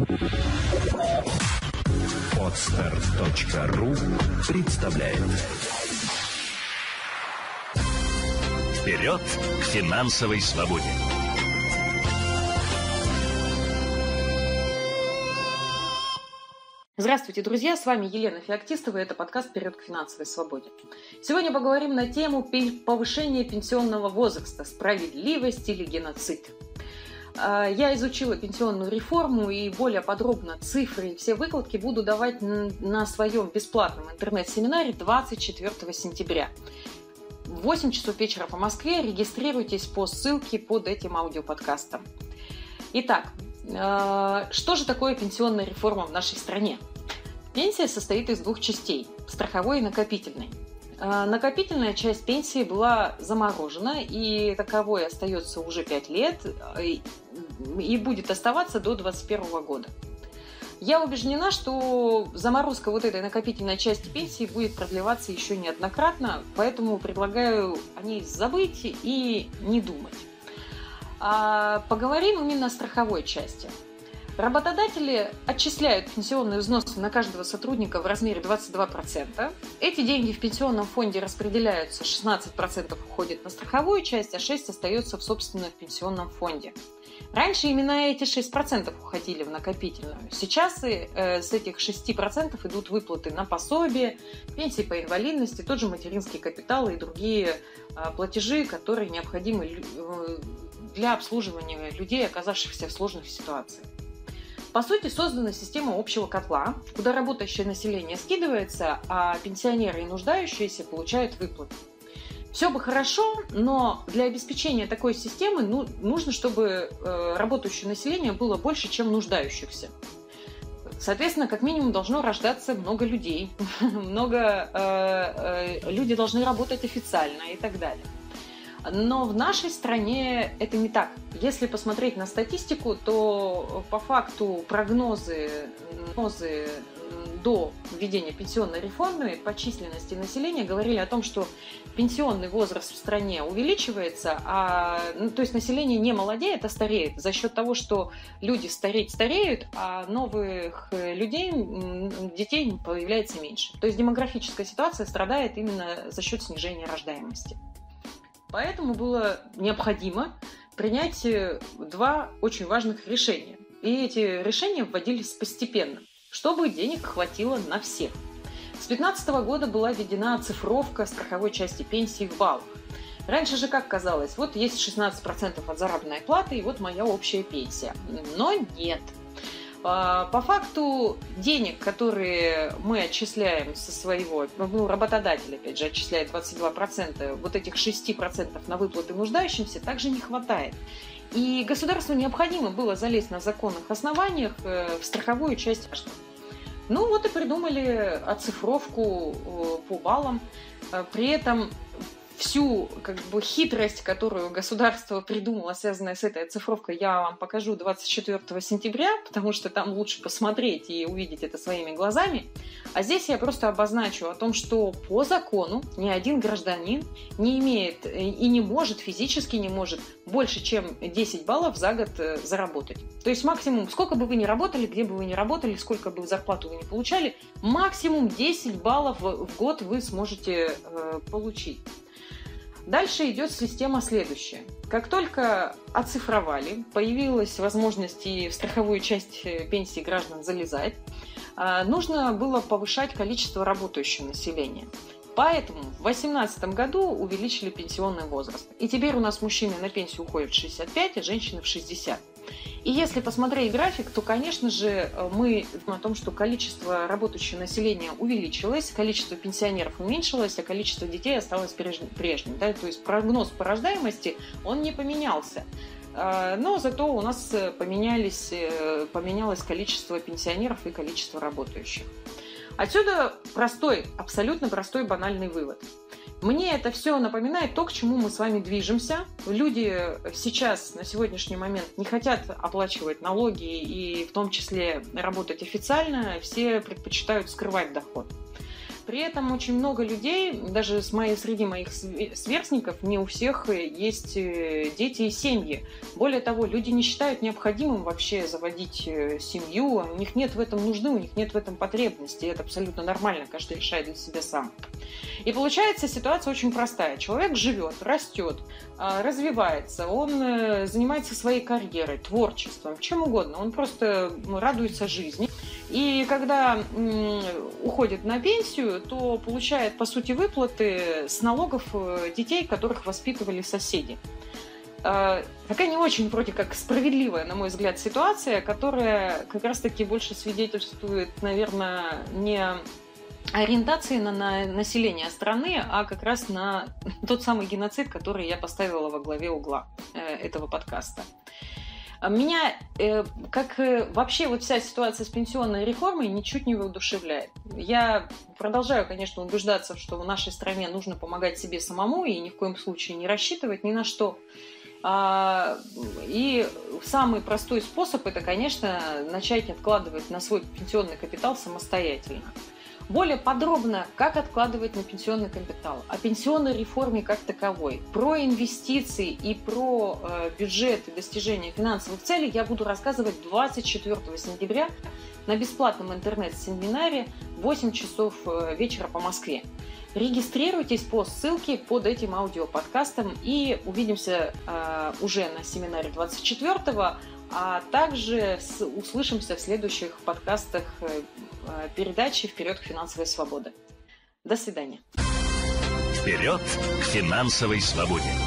Podster.ru представляет. Вперед к финансовой свободе! Здравствуйте, друзья! С вами Елена Феоктистова, и это подкаст «Вперед к финансовой свободе». Сегодня поговорим на тему повышения пенсионного возраста, справедливость или геноцид. Я изучила пенсионную реформу и более подробно цифры и все выкладки буду давать на своем бесплатном интернет-семинаре 24 сентября. В 8 часов вечера по Москве. Регистрируйтесь по ссылке под этим аудиоподкастом. Итак, что же такое пенсионная реформа в нашей стране? Пенсия состоит из двух частей – страховой и накопительной. Накопительная часть пенсии была заморожена, и таковой остается уже 5 лет и будет оставаться до 2021 года. Я убеждена, что заморозка вот этой накопительной части пенсии будет продлеваться еще неоднократно, поэтому предлагаю о ней забыть и не думать. Поговорим именно о страховой части. Работодатели отчисляют пенсионные взносы на каждого сотрудника в размере 22%. Эти деньги в пенсионном фонде распределяются, 16% уходит на страховую часть, а 6% остается в собственном пенсионном фонде. Раньше именно эти 6% уходили в накопительную. Сейчас с этих 6% идут выплаты на пособие, пенсии по инвалидности, тот же материнский капитал и другие платежи, которые необходимы для обслуживания людей, оказавшихся в сложных ситуациях. По сути, создана система общего котла, куда работающее население скидывается, а пенсионеры и нуждающиеся получают выплаты. Все бы хорошо, но для обеспечения такой системы нужно, чтобы работающее население было больше, чем нуждающихся. Соответственно, как минимум должно рождаться много людей, люди должны работать официально и так далее. Но в нашей стране это не так. Если посмотреть на статистику, то по факту прогнозы до введения пенсионной реформы по численности населения говорили о том, что пенсионный возраст в стране увеличивается, то есть население не молодеет, а стареет за счет того, что люди стареют, а новых детей появляется меньше. То есть демографическая ситуация страдает именно за счет снижения рождаемости. Поэтому было необходимо принять два очень важных решения. И эти решения вводились постепенно, чтобы денег хватило на всех. С 2015 года была введена оцифровка страховой части пенсии в баллах. Раньше же как казалось, вот есть 16% от заработной платы, и вот моя общая пенсия. Но нет. По факту денег, которые мы отчисляем со своего, работодатель, опять же, отчисляет 22%, вот этих 6% на выплаты нуждающимся также не хватает. И государству необходимо было залезть на законных основаниях в страховую часть. Ну вот и придумали оцифровку по баллам. При этом всю хитрость, которую государство придумало, связанная с этой оцифровкой, я вам покажу 24 сентября, потому что там лучше посмотреть и увидеть это своими глазами. А здесь я просто обозначу о том, что по закону ни один гражданин не имеет и не может, физически не может больше, чем 10 баллов за год заработать. То есть максимум, сколько бы вы ни работали, где бы вы ни работали, сколько бы зарплату вы ни получали, максимум 10 баллов в год вы сможете получить. Дальше идет система следующая. Как только оцифровали, появилась возможность и в страховую часть пенсии граждан залезать, нужно было повышать количество работающего населения. Поэтому в 2018 году увеличили пенсионный возраст. И теперь у нас мужчины на пенсию уходят в 65, а женщины в 60. И если посмотреть график, то, конечно же, мы думаем о том, что количество работающего населения увеличилось, количество пенсионеров уменьшилось, а количество детей осталось прежним. Да? То есть прогноз по рождаемости, он не поменялся. Но зато у нас поменялось количество пенсионеров и количество работающих. Отсюда абсолютно простой банальный вывод. Мне это все напоминает то, к чему мы с вами движемся. Люди сейчас, на сегодняшний момент, не хотят оплачивать налоги и в том числе работать официально, все предпочитают скрывать доход. При этом очень много людей, даже среди моих сверстников, не у всех есть дети и семьи. Более того, люди не считают необходимым вообще заводить семью, у них нет в этом нужды, у них нет в этом потребности. Это абсолютно нормально, каждый решает для себя сам. И получается ситуация очень простая. Человек живет, растет, развивается, он занимается своей карьерой, творчеством, чем угодно. Он просто радуется жизни. И когда уходит на пенсию, то получает, по сути, выплаты с налогов детей, которых воспитывали соседи. Такая не очень вроде как справедливая, на мой взгляд, ситуация, которая как раз-таки больше свидетельствует, наверное, не ориентации на население страны, а как раз на тот самый геноцид, который я поставила во главе угла этого подкаста. Меня, как вообще вот вся ситуация с пенсионной реформой, ничуть не воодушевляет. Я продолжаю, конечно, убеждаться, что в нашей стране нужно помогать себе самому и ни в коем случае не рассчитывать ни на что. И самый простой способ – это, конечно, начать откладывать на свой пенсионный капитал самостоятельно. Более подробно, как откладывать на пенсионный капитал, о пенсионной реформе как таковой, про инвестиции и про бюджет и достижение финансовых целей я буду рассказывать 24 сентября на бесплатном интернет-семинаре в 8 часов вечера по Москве. Регистрируйтесь по ссылке под этим аудиоподкастом и увидимся уже на семинаре 24-го, а также услышимся в следующих подкастах передачи «Вперед к финансовой свободе». До свидания. Вперед к финансовой свободе.